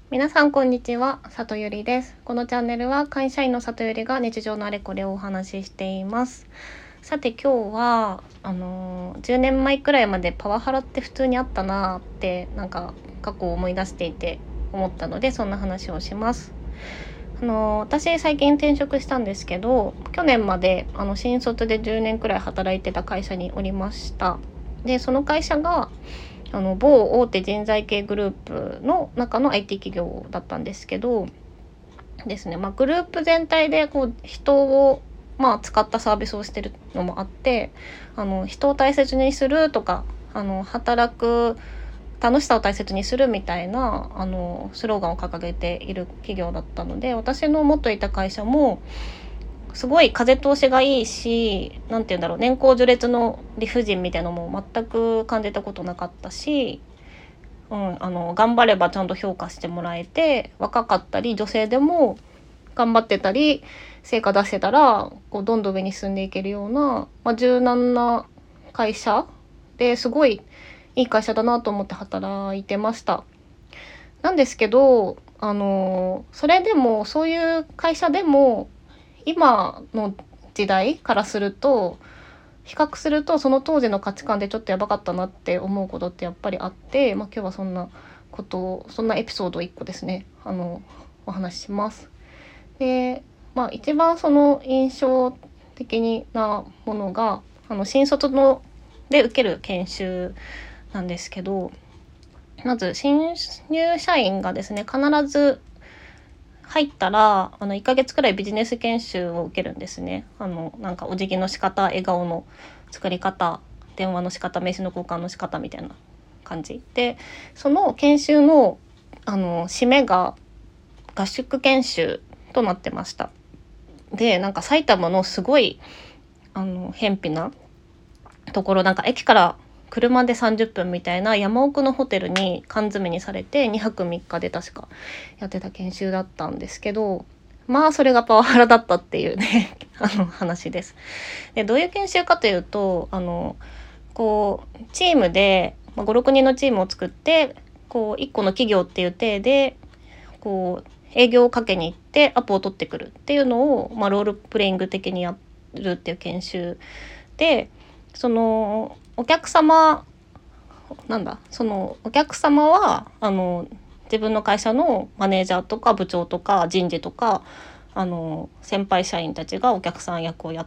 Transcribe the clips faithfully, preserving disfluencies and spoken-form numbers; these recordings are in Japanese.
皆さんこんにちは、里ゆりです。このチャンネルは会社員の里ゆりが日常のあれこれをお話ししています。さて今日はあのー、じゅうねんまえくらいまでパワハラって普通にあったなってなんか過去を思い出していて思ったので、そんな話をします。あのー、私最近転職したんですけど、去年まであの新卒でじゅうねんくらい働いてた会社におりました。でその会社があの某大手人材系グループの中の アイティー 企業だったんですけどですね、まあ、グループ全体でこう人を、まあ、使ったサービスをしてるのもあって、あの人を大切にするとか、あの働く楽しさを大切にするみたいなあのスローガンを掲げている企業だったので、私の元いた会社もすごい風通しがいいし、なんて言うんだろう、年功序列の理不尽みたいなのも全く感じたことなかったし、うん、あの頑張ればちゃんと評価してもらえて、若かったり女性でも頑張ってたり成果出してたらこうどんどん上に進んでいけるような、まあ、柔軟な会社ですごいいい会社だなと思って働いてました。なんですけど、あのそれでもそういう会社でも今の時代からすると比較するとその当時の価値観でちょっとやばかったなって思うことってやっぱりあって、まあ、今日はそんなことをそんなエピソードをいっこですね、あのお話しします。で、まあ、一番その印象的なものがあの新卒ので受ける研修なんですけど、まず新入社員がですね必ず入ったらあのいっかげつくらいビジネス研修を受けるんですね。あのなんかお辞儀の仕方、笑顔の作り方、電話の仕方、名刺の交換の仕方みたいな感じで、その研修のあの締めが合宿研修となってました。でなんか埼玉のすごいあの偏僻なところ、なんか駅から車でさんじゅっぷんみたいな山奥のホテルに缶詰にされてにはくみっかで確かやってた研修だったんですけど、まあそれがパワハラだったっていうねあの話です。でどういう研修かというと、あのこうチームでごろくにんのチームを作って、こういっこの企業っていう体でこう営業をかけに行ってアポを取ってくるっていうのを、まあ、ロールプレイング的にやるっていう研修で、そのお客様なんだそのお客様はあの自分の会社のマネージャーとか部長とか人事とか、あの先輩社員たちがお客さん役をやって、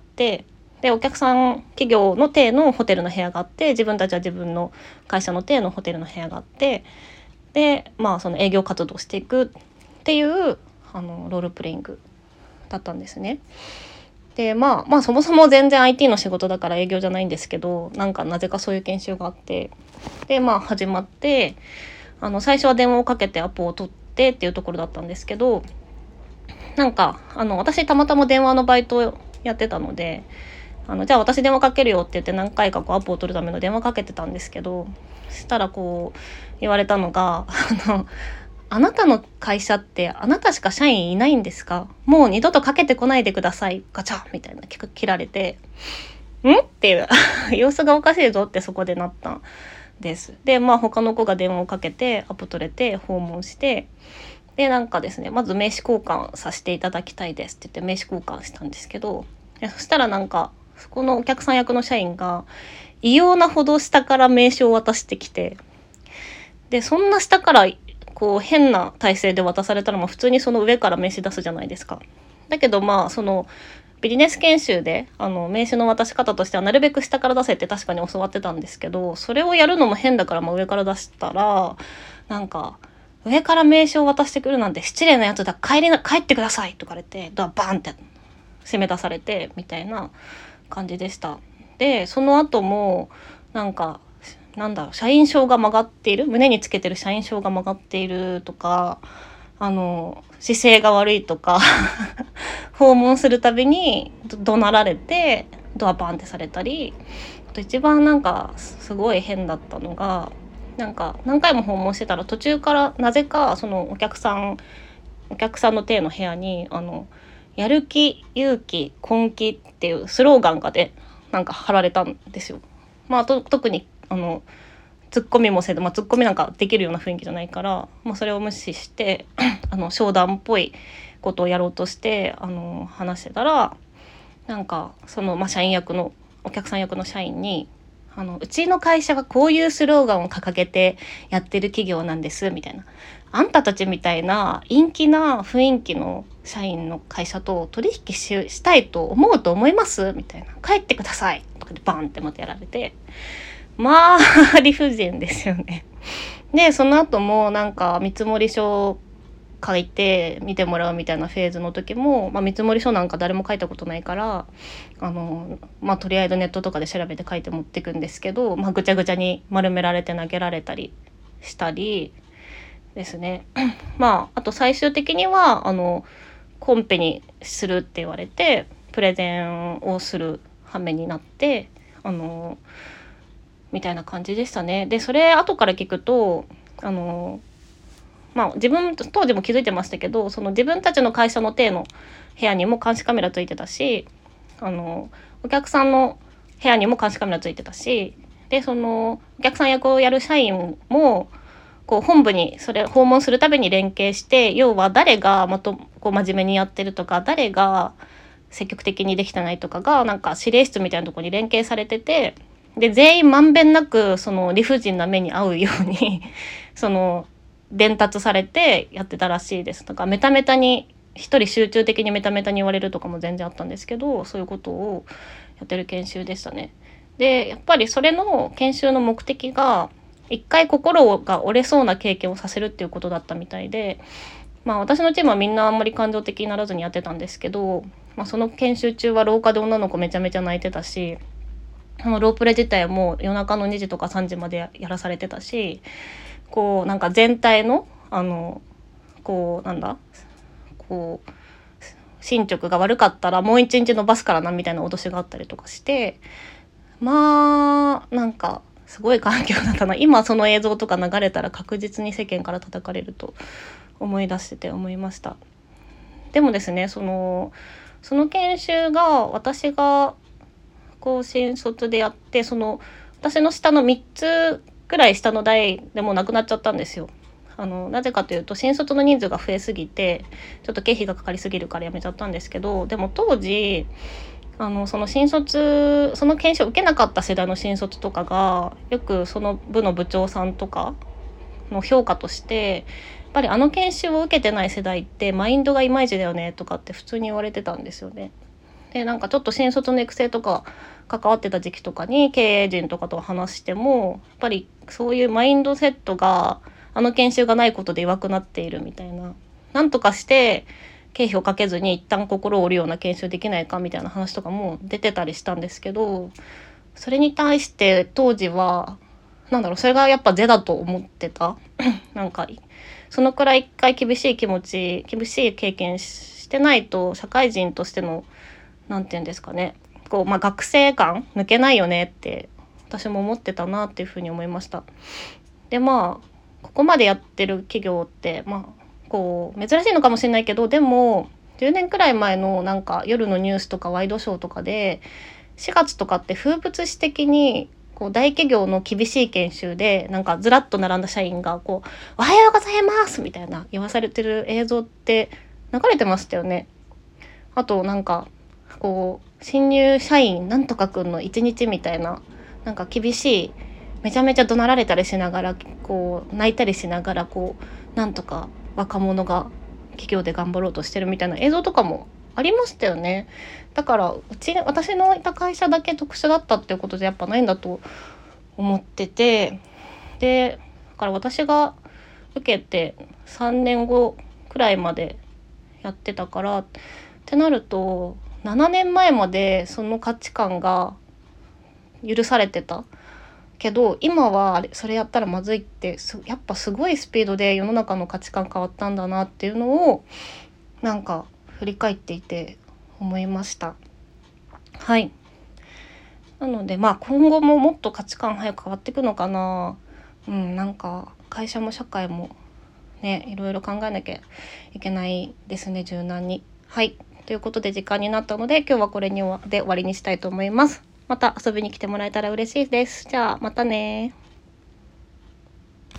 でお客さん企業の体のホテルの部屋があって、自分たちは自分の会社の体のホテルの部屋があって、でまあその営業活動をしていくっていうあのロールプレイングだったんですね。でまあまあそもそも全然 アイティー の仕事だから営業じゃないんですけど、なんかなぜかそういう研修があって、でまあ始まって、あの最初は電話をかけてアポを取ってっていうところだったんですけど、なんかあの私たまたま電話のバイトをやってたので、あのじゃあ私電話かけるよって言って何回かこうアポを取るための電話かけてたんですけど、そしたらこう言われたのがあのあなたの会社ってあなたしか社員いないんですか？もう二度とかけてこないでください。ガチャみたいな切られて、んっていう様子がおかしいぞってそこでなったんです。でまあ他の子が電話をかけてアポ取れて訪問して、でなんかですね、まず名刺交換させていただきたいですって言って名刺交換したんですけど、そしたらなんかそこのお客さん役の社員が異様なほど下から名刺を渡してきて、でそんな下からこう変な体勢で渡されたら、まあ普通にその上から名刺出すじゃないですか。だけどまあそのビジネス研修であの名刺の渡し方としてはなるべく下から出せって確かに教わってたんですけど、それをやるのも変だから、まあ上から出したら、なんか上から名刺を渡してくるなんて失礼なやつだ、帰りな帰ってくださいとか言われて、ドアバンって締め出されてみたいな感じでした。でその後もなんかなんだろう、社員証が曲がっている、胸につけてる社員証が曲がっているとか、あの姿勢が悪いとか訪問するたびに怒鳴られてドアバンってされたり、あと一番なんかすごい変だったのが、なんか何回も訪問してたら途中からなぜかそのお客さんお客さんの体の部屋にあのやる気、勇気、根気っていうスローガンがでなんか貼られたんですよ。まあと特にあのツッコミもせず、まあ、ツッコミなんかできるような雰囲気じゃないから、まあ、それを無視してあの商談っぽいことをやろうとしてあの話してたら、なんかその、まあ、社員役のお客さん役の社員にあのうちの会社がこういうスローガンを掲げてやってる企業なんですみたいな、あんたたちみたいな陰気な雰囲気の社員の会社と取引 し, したいと思うと思いますみたいな、帰ってくださいとかでバンってまたやられて、まあ理不尽ですよね。でその後もなんか見積書書いて見てもらうみたいなフェーズの時も、まあ、見積書なんか誰も書いたことないからあの、まあ、とりあえずネットとかで調べて書いて持ってくんですけど、まあ、ぐちゃぐちゃに丸められて投げられたりしたりですね。まああと最終的にはあのコンペにするって言われてプレゼンをする羽目になってあのみたいな感じでしたね。でそれ後から聞くとあのまあ自分当時も気づいてましたけど、その自分たちの会社の体の部屋にも監視カメラついてたし、あのお客さんの部屋にも監視カメラついてたし、でそのお客さん役をやる社員もこう本部にそれ訪問するたびに連携して、要は誰がまとこう真面目にやってるとか誰が積極的にできてないとかがなんか指令室みたいなところに連携されてて、で全員まんべんなくその理不尽な目に遭うようにその伝達されてやってたらしいです。だからメタメタに一人集中的にメタメタに言われるとかも全然あったんですけど、そういうことをやってる研修でしたね。でやっぱりそれの研修の目的が一回心が折れそうな経験をさせるっていうことだったみたいで、まあ私のチームはみんなあんまり感情的にならずにやってたんですけど、まあ、その研修中は廊下で女の子めちゃめちゃ泣いてたし、ロープレ自体も夜中のにじとかさんじまでやらされてたし、こうなんか全体のあのこうなんだこう進捗が悪かったらもう一日伸ばすからなみたいな脅しがあったりとかして、まあなんかすごい環境だったな。今その映像とか流れたら確実に世間から叩かれると思い出してて思いました。でもですね、そのその研修が私がこう新卒でやって、その私の下のみっつくらい下の代でもうなくなっちゃったんですよ。あのなぜかというと新卒の人数が増えすぎてちょっと経費がかかりすぎるからやめちゃったんですけど、でも当時あのその新卒その研修を受けなかった世代の新卒とかがよくその部の部長さんとかの評価として、やっぱりあの研修を受けてない世代ってマインドがいまいちだよねとかって普通に言われてたんですよね。でなんかちょっと新卒の育成とか関わってた時期とかに経営陣とかと話しても、やっぱりそういうマインドセットがあの研修がないことで弱くなっているみたいな、なんとかして経費をかけずに一旦心を折るような研修できないかみたいな話とかも出てたりしたんですけど、それに対して当時はなんだろう、それがやっぱ是だと思ってたなんかそのくらい一回厳しい気持ち厳しい経験してないと社会人としてのなんていうんですかね、こう、まあ、学生感抜けないよねって私も思ってたなっていうふうに思いました。でまあここまでやってる企業ってまあこう珍しいのかもしれないけど、でもじゅうねんくらい前のなんか夜のニュースとかワイドショーとかでしがつとかって風物詩的にこう大企業の厳しい研修でなんかずらっと並んだ社員がこうおはようございますみたいな言わされてる映像って流れてましたよね。あとなんかこう新入社員なんとかくんの一日みたいな、なんか厳しいめちゃめちゃ怒鳴られたりしながらこう泣いたりしながらこうなんとか若者が企業で頑張ろうとしてるみたいな映像とかもありましたよね。だからうち私のいた会社だけ特殊だったっていうことでやっぱないんだと思ってて、でだから私が受けてさんねんごくらいまでやってたからってなるとななねんまえまでその価値観が許されてたけど、今はそれやったらまずいってやっぱすごいスピードで世の中の価値観変わったんだなっていうのをなんか振り返っていて思いました。はい。なのでまあ今後ももっと価値観早く変わっていくのかな。うん、なんか会社も社会もねいろいろ考えなきゃいけないですね、柔軟に。はい。ということで時間になったので今日はこれにで終わりにしたいと思います。また遊びに来てもらえたら嬉しいです。じゃあまたね。